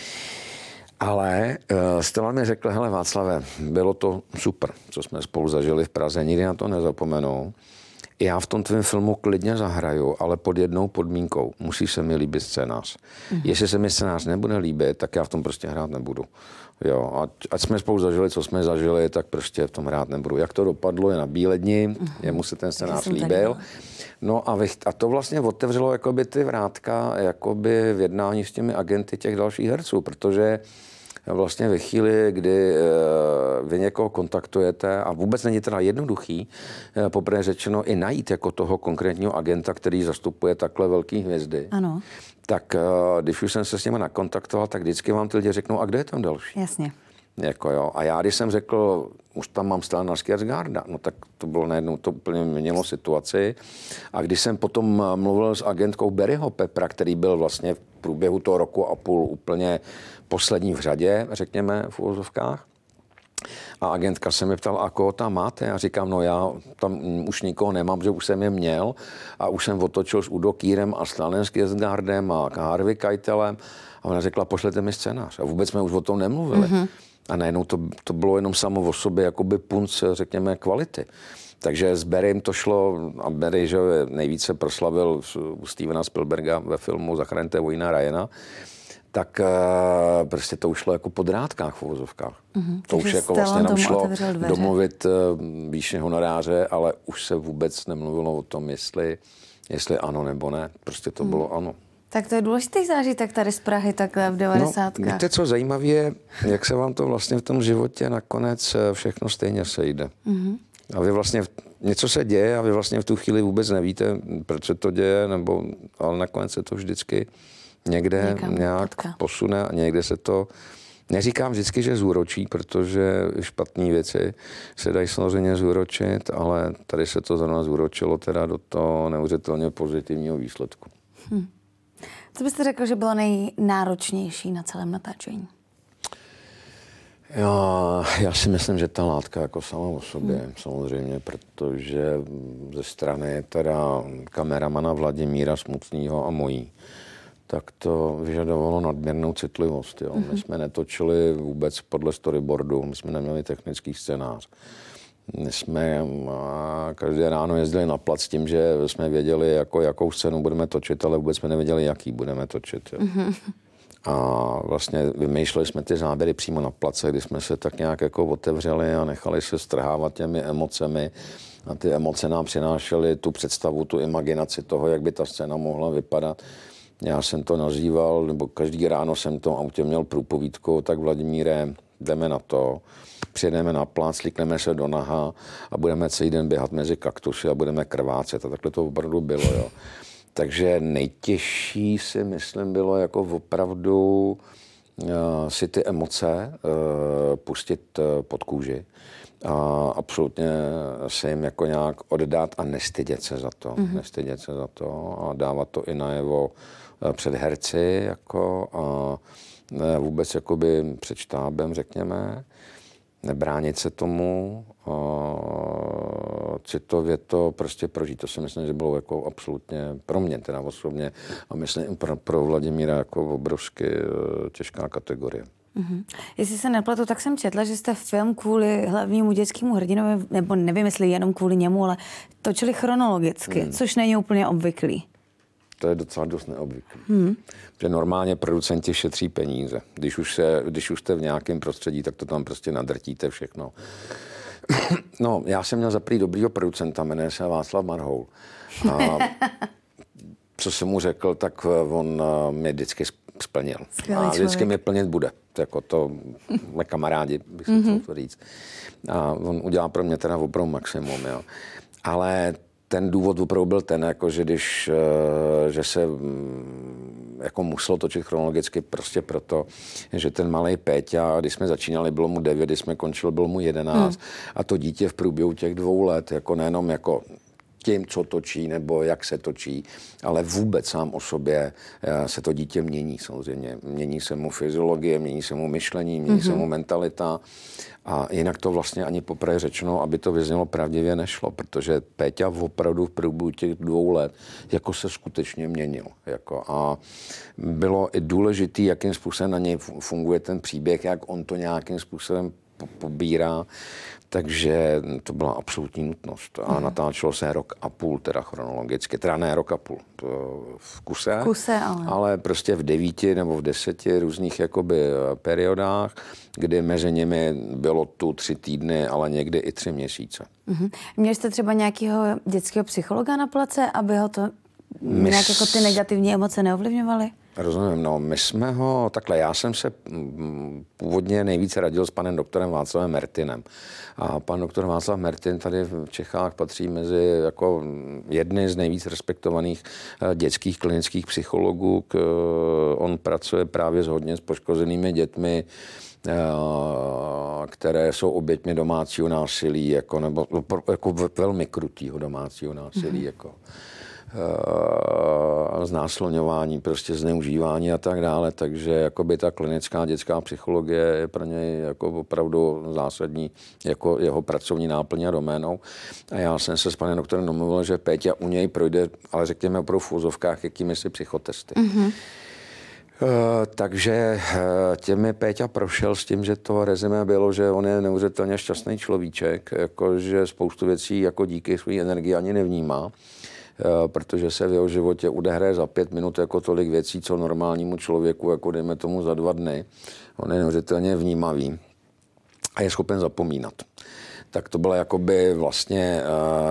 Speaker 2: Ale Stellan mi řekl, hele Václave, bylo to super, co jsme spolu zažili v Praze, nikdy na to nezapomenu. Já v tom tvém filmu klidně zahraju, ale pod jednou podmínkou. Musí se mi líbit scénář. Jestli se mi scénář nebude líbit, tak já v tom prostě hrát nebudu. Jo, ať jsme spolu zažili, co jsme zažili, tak prostě v tom hrát nebudu. Jak to dopadlo, je na bíledni, jemu se ten scénář líbil. No a to vlastně otevřelo jakoby ty vrátka jakoby v jednání s těmi agenty těch dalších herců, protože vlastně ve chvíli, kdy vy někoho kontaktujete a vůbec není teda jednoduchý, poprvé řečeno i najít jako toho konkrétního agenta, který zastupuje takhle velký hvězdy.
Speaker 1: Ano.
Speaker 2: Tak když už jsem se s nimi nakontaktoval, tak vždycky vám ty lidi řeknou, a kdo je tam další?
Speaker 1: Jasně.
Speaker 2: Jako jo. A já, když jsem řekl, už tam mám Stellana Skarsgarda, no tak to bylo najednou, to úplně měnilo situaci. A když jsem potom mluvil s agentkou Barryho Peppera, který byl vlastně v průběhu toho roku a půl úplně poslední v řadě, řekněme, v uvozovkách. A agentka se mi ptala, a koho tam máte? Já říkám, no já tam už nikoho nemám, že už jsem je měl a už jsem otočil s Udo Kýrem a Stellanem Skarsgardem a Harvey Keitelem. A ona řekla, pošlete mi scénář. A vůbec jsme už o tom nemluvili. A najednou to bylo jenom samo o sobě jakoby punc, řekněme, kvality. Takže s Barrym to šlo, a Barry, že nejvíce proslavil u Stevena Spielberga ve filmu Zachraňte vojna Ryana, tak prostě to už šlo jako po drátkách v uvozovkách. To už jako vlastně nám šlo domluvit výše honoráře, ale už se vůbec nemluvilo o tom, jestli ano nebo ne. Prostě to bylo ano.
Speaker 1: Tak to je důležitý zážitek tady z Prahy takhle v 90.
Speaker 2: No, víte, co zajímavé je, jak se vám to vlastně v tom životě nakonec všechno stejně sejde. A vy vlastně, něco se děje a vy vlastně v tu chvíli vůbec nevíte, proč se to děje, ale nakonec se to vždycky někde nějak posune a někde se to, neříkám vždycky, že zúročí, protože špatné věci se dají samozřejmě zúročit, ale tady se to zrovna zúročilo teda do toho neuvěřitelně pozitivního výsledku.
Speaker 1: Co byste řekl, že bylo nejnáročnější na celém natáčení?
Speaker 2: Já si myslím, že ta látka jako sama o sobě, samozřejmě, protože ze strany teda kameramana Vladimíra Smucnýho a mojí, tak to vyžadovalo nadměrnou citlivost. Jo. My jsme netočili vůbec podle storyboardu, my jsme neměli technický scénář. My jsme každé ráno jezdili na plac s tím, že jsme věděli, jakou scénu budeme točit, ale vůbec jsme nevěděli, jaký budeme točit. Jo. A vlastně vymýšleli jsme ty záběry přímo na place, kdy jsme se tak nějak jako otevřeli a nechali se strhávat těmi emocemi. A ty emoce nám přinášely tu představu, tu imaginaci toho, jak by ta scéna mohla vypadat. Já jsem to nazýval, nebo každý ráno jsem v tom autě měl průpovídku, tak Vladimíre, jdeme na to, přijedeme na plác, slíkneme se do naha a budeme celý den běhat mezi kaktusy a budeme krvácet. A takhle to opravdu bylo, jo. Takže nejtěžší si myslím bylo jako opravdu si ty emoce pustit pod kůži a absolutně se jim jako nějak oddat a nestydět se za to. Nestydět se za to a dávat to i najevo před herci jako a vůbec jakoby před štábem, řekněme. Nebránit se tomu, citově to prostě prožít. To si myslím, že bylo jako absolutně pro mě teda osobně a myslím pro Vladimíra jako obrovsky těžká kategorie.
Speaker 1: Mm-hmm. Jestli se nepletu, tak jsem četla, že jste film kvůli hlavnímu dětskému hrdinovi, nebo nevím, jestli jenom kvůli němu, ale točili chronologicky, což není úplně obvyklý.
Speaker 2: To je docela dost neobvyklý. Že normálně producenti šetří peníze. Když už jste v nějakém prostředí, tak to tam prostě nadrtíte všechno. No, já jsem měl za prý dobrýho producenta, jmenuje se Václav Marhoul. A co jsem mu řekl, tak on mě vždycky splnil. A vždycky mě plnit bude. Jako to, mé kamarádi, bych si chtěl to říct. A on udělal pro mě teda opravdu maximum, jo. Ale ten důvod opravdu byl ten, jako že že se jako muselo točit chronologicky prostě proto, že ten malej Péťa, když jsme začínali, bylo mu 9, když jsme končili, bylo mu 11 a to dítě v průběhu těch 2 let, jako nejenom jako tím, co točí, nebo jak se točí, ale vůbec sám o sobě se to dítě mění samozřejmě. Mění se mu fyziologie, mění se mu myšlení, mění se mu mentalita a jinak to vlastně ani poprvé řečeno, aby to vyznělo pravdivě, nešlo, protože Péťa opravdu v průběhu těch 2 let jako se skutečně měnil. Jako, a bylo i důležitý, jakým způsobem na něj funguje ten příběh, jak on to nějakým způsobem pobírá. Takže to byla absolutní nutnost. A natáčelo se 1,5 roku, teda chronologicky. Teda ne 1,5 roku v kuse. Ale prostě v 9 nebo v 10 různých jakoby periodách, kdy mezi nimi bylo tu 3 týdny, ale někdy i 3 měsíce.
Speaker 1: Měli jste třeba nějakého dětského psychologa na place, aby ho to nějak jako ty negativní emoce neovlivňovaly?
Speaker 2: Rozumím, no my jsme ho, takhle, já jsem se původně nejvíce radil s panem doktorem Václavem Mertinem. A pan doktor Václav Mertin tady v Čechách patří mezi jako jedny z nejvíc respektovaných dětských klinických psychologů. On pracuje právě hodně s poškozenými dětmi, které jsou oběťmi domácího násilí, nebo velmi krutýho domácího násilí, jako znásilňování, prostě zneužívání a tak dále, takže jakoby ta klinická dětská psychologie je pro něj jako opravdu zásadní jako jeho pracovní náplň a doménou. A já jsem se s panem doktorem domluvil, že Péťa u něj projde, ale řekněme opravdu v úzovkách, jakými si psychotesty. Takže těmi Péťa prošel s tím, že to rezime bylo, že on je neuvěřitelně šťastný človíček, jakože spoustu věcí jako díky své energii ani nevnímá, protože se v jeho životě odehraje za 5 minut jako tolik věcí, co normálnímu člověku, jako dejme tomu za 2 dny. On je neuvěřitelně vnímavý a je schopen zapomínat. Tak to bylo jakoby vlastně,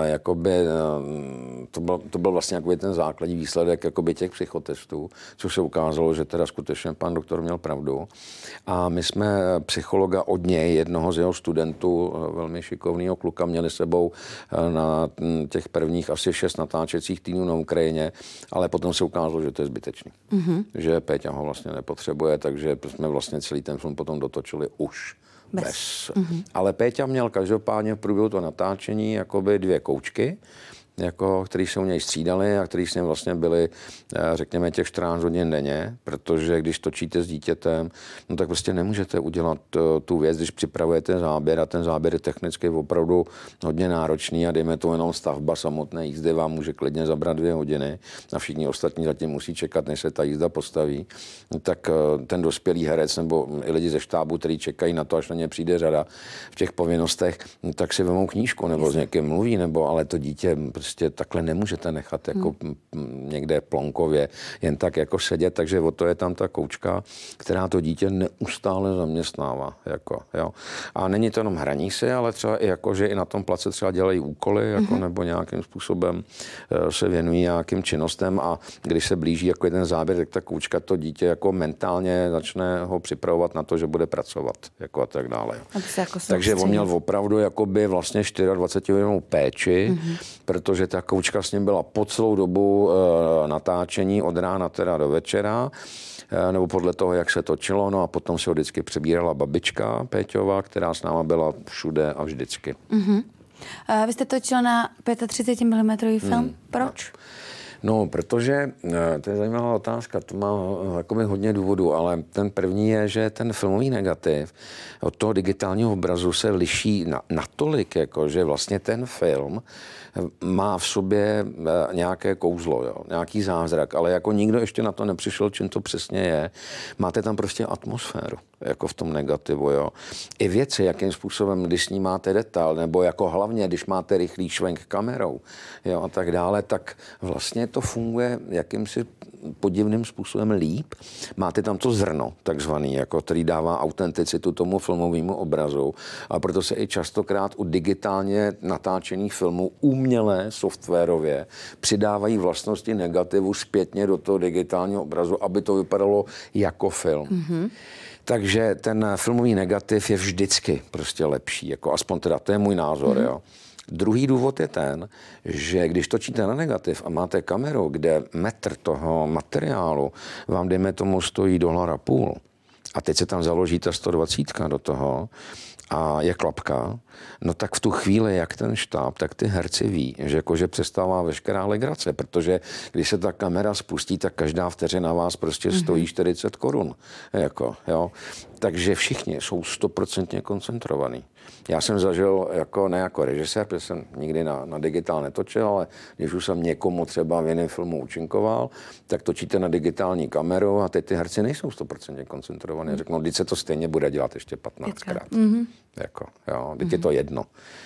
Speaker 2: to byl vlastně jakoby ten základní výsledek jakoby těch psychotestů, což se ukázalo, že teda skutečně pan doktor měl pravdu. A my jsme psychologa od něj, jednoho z jeho studentů, velmi šikovného kluka, měli sebou na těch prvních asi 6 natáčecích týdnů na Ukrajině, ale potom se ukázalo, že to je zbytečný. Že Péťa ho vlastně nepotřebuje, takže jsme vlastně celý ten film potom dotočili už bez. Ale Péťa měl každopádně v průběhu toho natáčení jakoby 2 koučky, jako, který se u něj střídali a který s ním vlastně byli, řekněme, těch 14 hodin denně, protože když točíte s dítětem, no tak prostě nemůžete udělat tu věc, když připravujete záběr a ten záběr je technicky opravdu hodně náročný a dejme to jenom stavba samotné jízdy vám může klidně zabrat 2 hodiny a všichni ostatní zatím musí čekat, než se ta jízda postaví, no tak ten dospělý herec nebo i lidi ze štábu, kteří čekají na to, až na ně přijde řada v těch povinnostech, no tak si vemou knížku nebo s někým mluví, nebo ale to dítě prostě takhle nemůžete nechat jako někde plonkově jen tak jako sedět, takže o to je tam ta koučka, která to dítě neustále zaměstnává. Jako, jo. A není to jenom hraní si, ale třeba i jako, že i na tom place třeba dělají úkoly, jako, nebo nějakým způsobem se věnují nějakým činnostem a když se blíží jako jeden záběr, tak ta koučka to dítě jako mentálně začne ho připravovat na to, že bude pracovat jako a tak dále.
Speaker 1: Jako
Speaker 2: takže on měl opravdu jakoby vlastně 24hodinovou péči, protože ta koučka s ním byla po celou dobu natáčení od rána teda do večera, nebo podle toho, jak se točilo, no a potom se ho vždycky přebírala babička Péťová, která s náma byla všude a vždycky.
Speaker 1: Vy jste točil na 35 mm film. Proč?
Speaker 2: No, protože, to je zajímavá otázka, to má jakoby hodně důvodů, ale ten první je, že ten filmový negativ od toho digitálního obrazu se liší natolik, jako, že vlastně ten film má v sobě nějaké kouzlo, jo, nějaký zázrak, ale jako nikdo ještě na to nepřišel, čím to přesně je. Máte tam prostě atmosféru, jako v tom negativu, jo. I věci, jakým způsobem, když snímáte detail, nebo jako hlavně, když máte rychlý švenk kamerou, jo, a tak dále, tak vlastně to funguje jakýmsi podivným způsobem líp. Máte tam to zrno, takzvaný, jako, který dává autenticitu tomu filmovému obrazu. A proto se i častokrát u digitálně natáčených filmů umělé softwarově přidávají vlastnosti negativu zpětně do toho digitálního obrazu, aby to vypadalo jako film. Mm-hmm. Takže ten filmový negativ je vždycky prostě lepší, jako aspoň teda, to je můj názor, jo. Druhý důvod je ten, že když točíte na negativ a máte kameru, kde metr toho materiálu vám, dejme tomu, stojí $1,5 a teď se tam založí ta 120 do toho a je klapka, no tak v tu chvíli, jak ten štáb, tak ty herci ví, že jakože přestává veškerá legrace, protože když se ta kamera spustí, tak každá vteřina vás prostě stojí 40 korun. Jako, jo. Takže všichni jsou 100% koncentrovaní. Já jsem zažil ne jako režisér, protože jsem nikdy na digitál netočil, ale když už jsem někomu třeba v jiném filmu účinkoval, tak točíte na digitální kameru a teď ty herci nejsou 100% koncentrovaní. Řeknou, teď se to stejně bude dělat ještě 15krát. Jako, jo, teď je to jedno.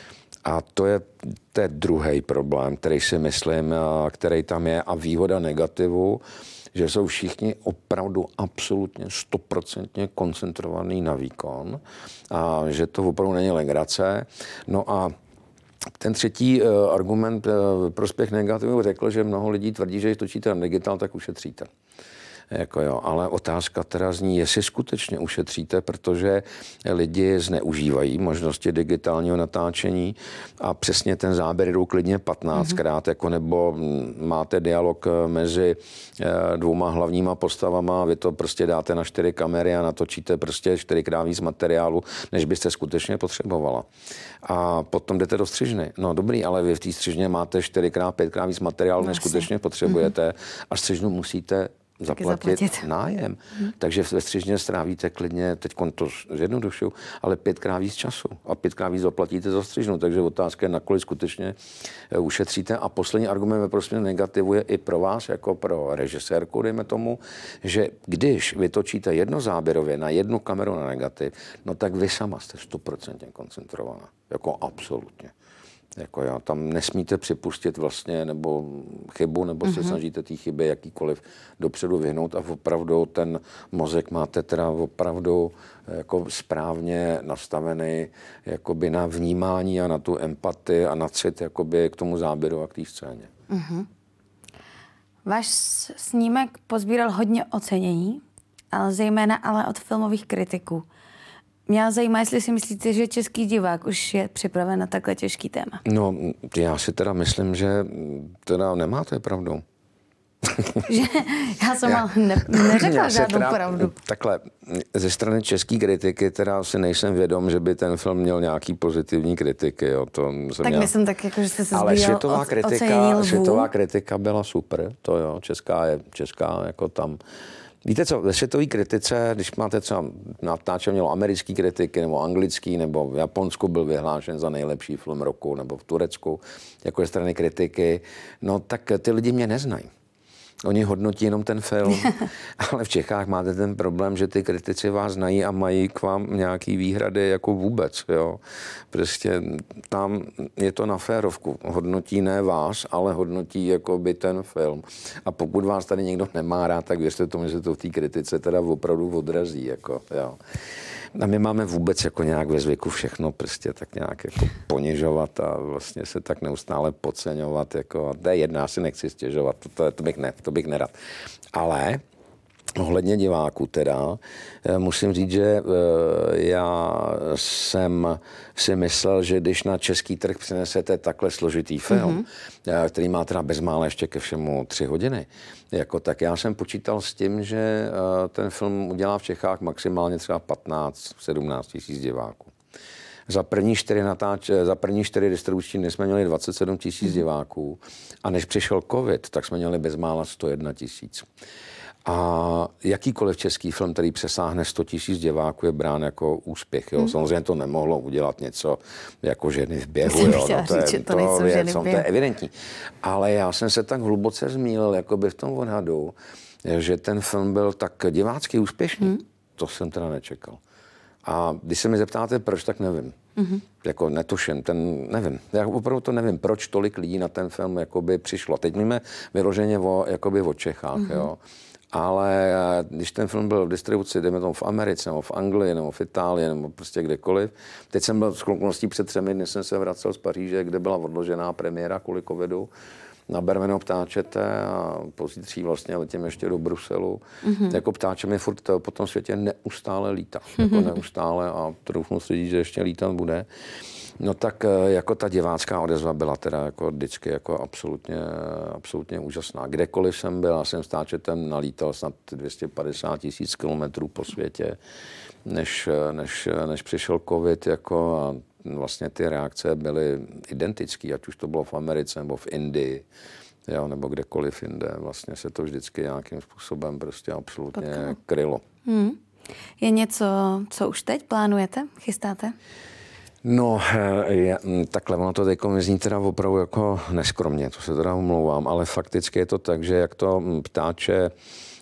Speaker 2: A to je druhý problém, který si myslím, který tam je, a výhoda negativu, že jsou všichni opravdu absolutně 100% koncentrovaný na výkon a že to opravdu není legrace. No a ten třetí argument v prospěch negativu řekl, že mnoho lidí tvrdí, že když točíte na digitál, tak ušetříte. Jako jo, ale otázka teda zní, jestli skutečně ušetříte, protože lidi zneužívají možnosti digitálního natáčení a přesně ten záběr jdou klidně 15krát, jako nebo máte dialog mezi dvouma hlavníma postavama, vy to prostě dáte na 4 kamery a natočíte prostě 4krát víc materiálu, než byste skutečně potřebovala. A potom jdete do střižny. No dobrý, ale vy v té střižně máte 4krát, 5krát víc materiálu, než skutečně potřebujete, a střižnu musíte zaplatit nájem. Takže ve střižně strávíte klidně, teď to zjednodušuju, ale 5krát víc času a 5krát víc zaplatíte za střižnu. Takže otázka je, nakolik skutečně ušetříte. A poslední argument ve prospěch negativu je i pro vás, jako pro režisérku, dejme tomu, že když vytočíte jednozáběrově na jednu kameru na negativ, no tak vy sama jste 100% koncentrovaná. Jako absolutně. Jako já, tam nesmíte připustit vlastně nebo chybu, nebo se snažíte té chyby jakýkoliv dopředu vyhnout, a opravdu ten mozek máte teda opravdu jako správně nastavený jakoby na vnímání a na tu empatii a na cit jakoby k tomu záběru a k té scéně.
Speaker 1: Váš snímek pozbíral hodně ocenění, ale zejména od filmových kritiků. Mě zajímá, jestli si myslíte, že český divák už je připraven na takhle těžký téma.
Speaker 2: No, já si teda myslím, že teda nemáte pravdu.
Speaker 1: Že já jsem neřekla žádnou pravdu.
Speaker 2: Takhle, ze strany české kritiky teda si nejsem vědom, že by ten film měl nějaký pozitivní kritiky. Jo. To
Speaker 1: tak myslím tak, jako, že jste se
Speaker 2: ale
Speaker 1: sbíral
Speaker 2: světová kritika byla super. To jo, česká jako tam. Víte co, ve světové kritice, když máte třeba natáčení mělo americký kritiky, nebo anglický, nebo v Japonsku byl vyhlášen za nejlepší film roku, nebo v Turecku, jako ze strany kritiky, no tak ty lidi mě neznají. Oni hodnotí jenom ten film, ale v Čechách máte ten problém, že ty kritici vás znají a mají k vám nějaký výhrady jako vůbec, jo. Prostě tam je to na férovku. Hodnotí ne vás, ale hodnotí jakoby ten film. A pokud vás tady někdo nemá rád, tak věřte tomu, že to v té kritice teda opravdu odrazí, jako, jo. A my máme vůbec jako nějak ve zvyku všechno prostě tak nějak jako ponižovat a vlastně se tak neustále podceňovat. Jako, to je jedno, já si nechci stěžovat, to bych nerad. Ale ohledně diváků teda, musím říct, že já jsem si myslel, že když na český trh přinesete takhle složitý film, který má teda bezmála ještě ke všemu 3 hodiny, jako, tak já jsem počítal s tím, že ten film udělá v Čechách maximálně třeba 15-17 tisíc diváků. za první 4 distribuční dny jsme měli 27 000 diváků a než přišel covid, tak jsme měli bezmála 101 000. A jakýkoliv český film, který přesáhne 100 000 diváků, je brán jako úspěch. Jo? Samozřejmě to nemohlo udělat něco jako Ženy v běhu. Jo? No, to je evidentní. Ale já jsem se tak hluboce zmýlil jakoby v tom odhadu, že ten film byl tak divácky úspěšný. To jsem teda nečekal. A když se mi zeptáte, proč, tak nevím. Jako netuším, nevím. Já opravdu to nevím, proč tolik lidí na ten film jakoby přišlo. Teď mluvíme vyloženě o Čechách, jo. Ale když ten film byl v distribuci, dejme tomu v Americe, nebo v Anglii, nebo v Itálii, nebo prostě kdekoliv. Teď jsem byl s okolností před 3 dny, jsem se vracel z Paříže, kde byla odložená premiéra kvůli covidu. Na Barveného ptáčete a pozítří vlastně letím ještě do Bruselu. Jako ptáče mi furt po tom světě neustále lítá. Jako neustále a troufnu si říct, že ještě lítat bude. No tak jako ta divácká odezva byla teda jako vždycky jako absolutně úžasná. Kdekoliv jsem byl, já jsem s ptáčetem nalítal snad 250 000 kilometrů po světě, než přišel covid jako a vlastně ty reakce byly identické, ať už to bylo v Americe nebo v Indii, jo, nebo kdekoliv jinde. Vlastně se to vždycky nějakým způsobem prostě absolutně krylo.
Speaker 1: Je něco, co už teď plánujete, chystáte?
Speaker 2: No, takhle, ono to teďko zní teda opravdu jako neskromně, to se teda omlouvám, ale fakticky je to tak, že jak to ptáče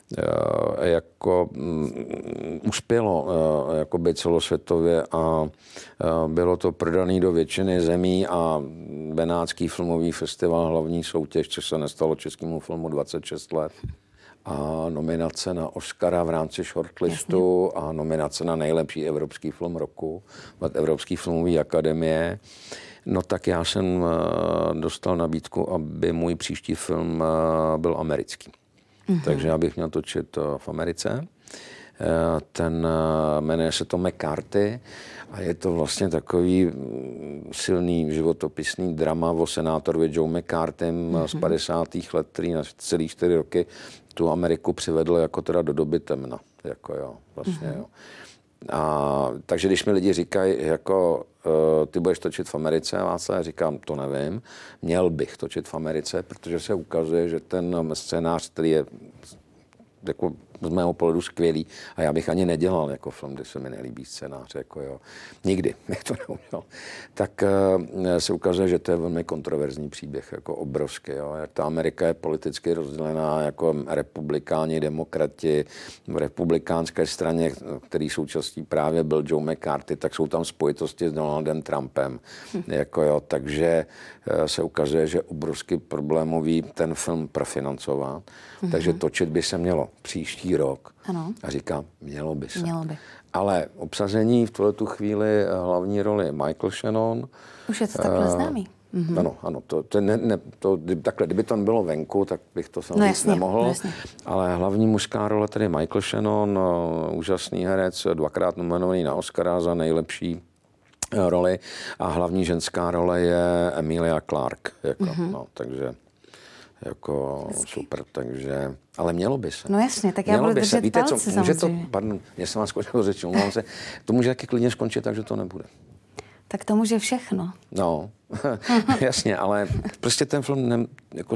Speaker 2: jako uspělo jakoby celosvětově a bylo to prodaný do většiny zemí a Benátský filmový festival, hlavní soutěž, což se nestalo českému filmu 26 let. A nominace na Oscara v rámci shortlistu a nominace na nejlepší evropský film roku od Evropské filmové akademie. No tak já jsem dostal nabídku, aby můj příští film byl americký. Takže já bych měl točit v Americe. Ten jmenuje se to McCarthy a je to vlastně takový silný životopisný drama o senátorovi Joe McCarthym z 50. let, který na celý 4 roky tu Ameriku přivedl jako teda do doby temna. Jako jo, vlastně jo. A takže když mi lidi říkají, jako ty budeš točit v Americe, já říkám, to nevím, měl bych točit v Americe, protože se ukazuje, že ten scénář, který je jako z mého pohledu skvělý a já bych ani nedělal jako film, kde se mi nelíbí scénář, jako jo. Nikdy bych to neudělal. Tak se ukazuje, že to je velmi kontroverzní příběh, jako obrovský, jo. Jak ta Amerika je politicky rozdělená jako republikáni, demokrati, v republikánské straně, který součástí právě byl Joe McCarthy, tak jsou tam spojitosti s Donaldem Trumpem, jako jo. Takže se ukazuje, že obrovsky problémový ten film profinancovat, takže točit by se mělo příští rok.
Speaker 1: Ano.
Speaker 2: A říkám, mělo by se.
Speaker 1: Mělo by.
Speaker 2: Ale obsazení v tuhletu chvíli hlavní roli Michael Shannon.
Speaker 1: Už je to takhle známý.
Speaker 2: Ano, takhle, kdyby to bylo venku, tak bych to samozřejmě nemohl.
Speaker 1: Jasně.
Speaker 2: Ale hlavní mužská role tedy Michael Shannon, úžasný herec, 2krát nominovaný na Oscara za nejlepší roli a hlavní ženská role je Emilia Clarke. Takže jako super, takže, ale mělo by se.
Speaker 1: No jasně, tak já budu držet palce samozřejmě.
Speaker 2: Pardon, já jsem vás skočil řeči, umám se, to může taky klidně skončit tak, že to nebude.
Speaker 1: Tak to může všechno.
Speaker 2: No, jasně, ale prostě ten film, jako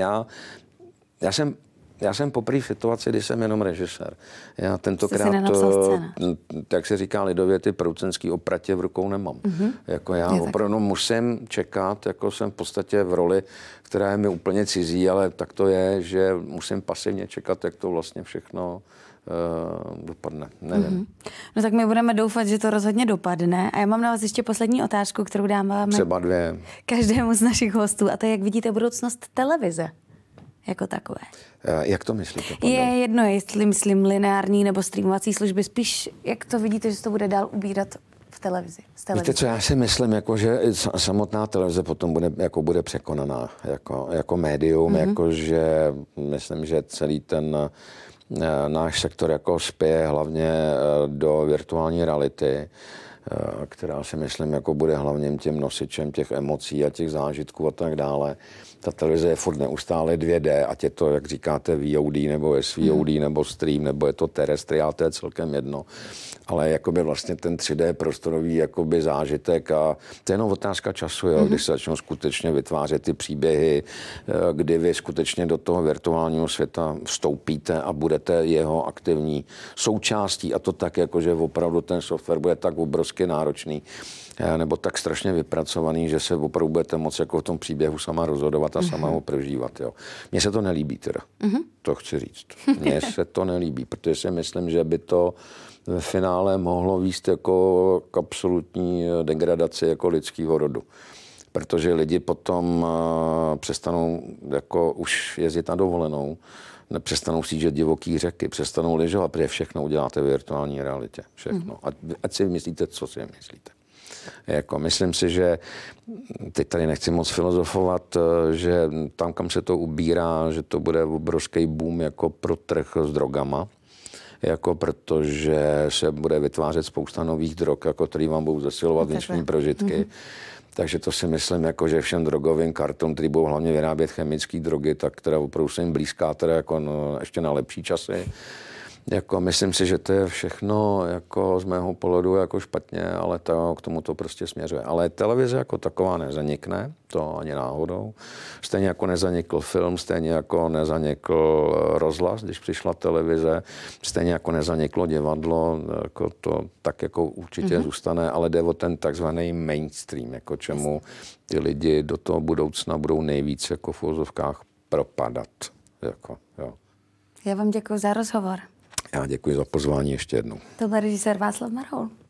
Speaker 2: já jsem poprvé v situaci, kdy jsem jenom režisér. Já tentokrát, jak se říká lidově, ty producentský opratě v rukou nemám. Jako já opravdu musím čekat, jako jsem v podstatě v roli, která je mi úplně cizí, ale tak to je, že musím pasivně čekat, jak to vlastně všechno dopadne. Nevím.
Speaker 1: No tak my budeme doufat, že to rozhodně dopadne. A já mám na vás ještě poslední otázku, kterou dáváme
Speaker 2: třeba 2.
Speaker 1: Každému z našich hostů. A to je, jak vidíte budoucnost televize jako takové.
Speaker 2: Jak to myslíte?
Speaker 1: Je jedno, jestli myslím lineární nebo streamovací služby. Spíš, jak to vidíte, že se to bude dál ubírat v televizi?
Speaker 2: Víte, co já si myslím, jako, že samotná televize potom bude překonaná jako médium, jako, že myslím, že celý ten náš sektor jako spěje hlavně do virtuální reality. která si myslím, jako bude hlavně tím nosičem těch emocí a těch zážitků a tak dále. Ta televize je furt neustále 2D, ať je to, jak říkáte, VOD nebo SVOD nebo stream, nebo je to terrestriál, to je celkem jedno. Ale jakoby vlastně ten 3D prostorový jakoby zážitek a to je jenom otázka času, jo, když se začnou skutečně vytvářet ty příběhy, kdy vy skutečně do toho virtuálního světa vstoupíte a budete jeho aktivní součástí a to tak, jako že opravdu ten software bude tak obrovsky náročný nebo tak strašně vypracovaný, že se opravdu budete moct jako v tom příběhu sama rozhodovat a sama ho prožívat. Jo. Mně se to nelíbí teda, to chci říct. Mně se to nelíbí, protože si myslím, že by to ve finále mohlo vést jako k absolutní degradaci jako lidského rodu. Protože lidi potom přestanou jako už jezdit na dovolenou, přestanou sížet divoký řeky, přestanou lyžovat, protože všechno uděláte v virtuální realitě. Všechno. Ať si myslíte, co si myslíte. Jako, myslím si, že teď tady nechci moc filozofovat, že tam, kam se to ubírá, že to bude obrovský boom jako pro trh s drogama, jako protože se bude vytvářet spousta nových drog, jako který vám budou zesilovat vnitřní prožitky. Takže to si myslím, jako, že všem drogovým kartům, který budou hlavně vyrábět chemické drogy, tak teda opravdu se jim blízká teda jako ještě na lepší časy. Jako, myslím si, že to je všechno jako z mého pohledu jako špatně, ale to, k tomu to prostě směřuje. Ale televize jako taková nezanikne, to ani náhodou. Stejně jako nezanikl film, stejně jako nezanikl rozhlas, když přišla televize, stejně jako nezaniklo divadlo, jako to tak jako určitě zůstane, ale jde o ten takzvaný mainstream, jako čemu ty lidi do toho budoucna budou nejvíc jako v uvozovkách propadat. Jako, jo.
Speaker 1: Já vám děkuji za rozhovor.
Speaker 2: Já děkuji za pozvání ještě jednou.
Speaker 1: To byl režisér Václav Marhoul.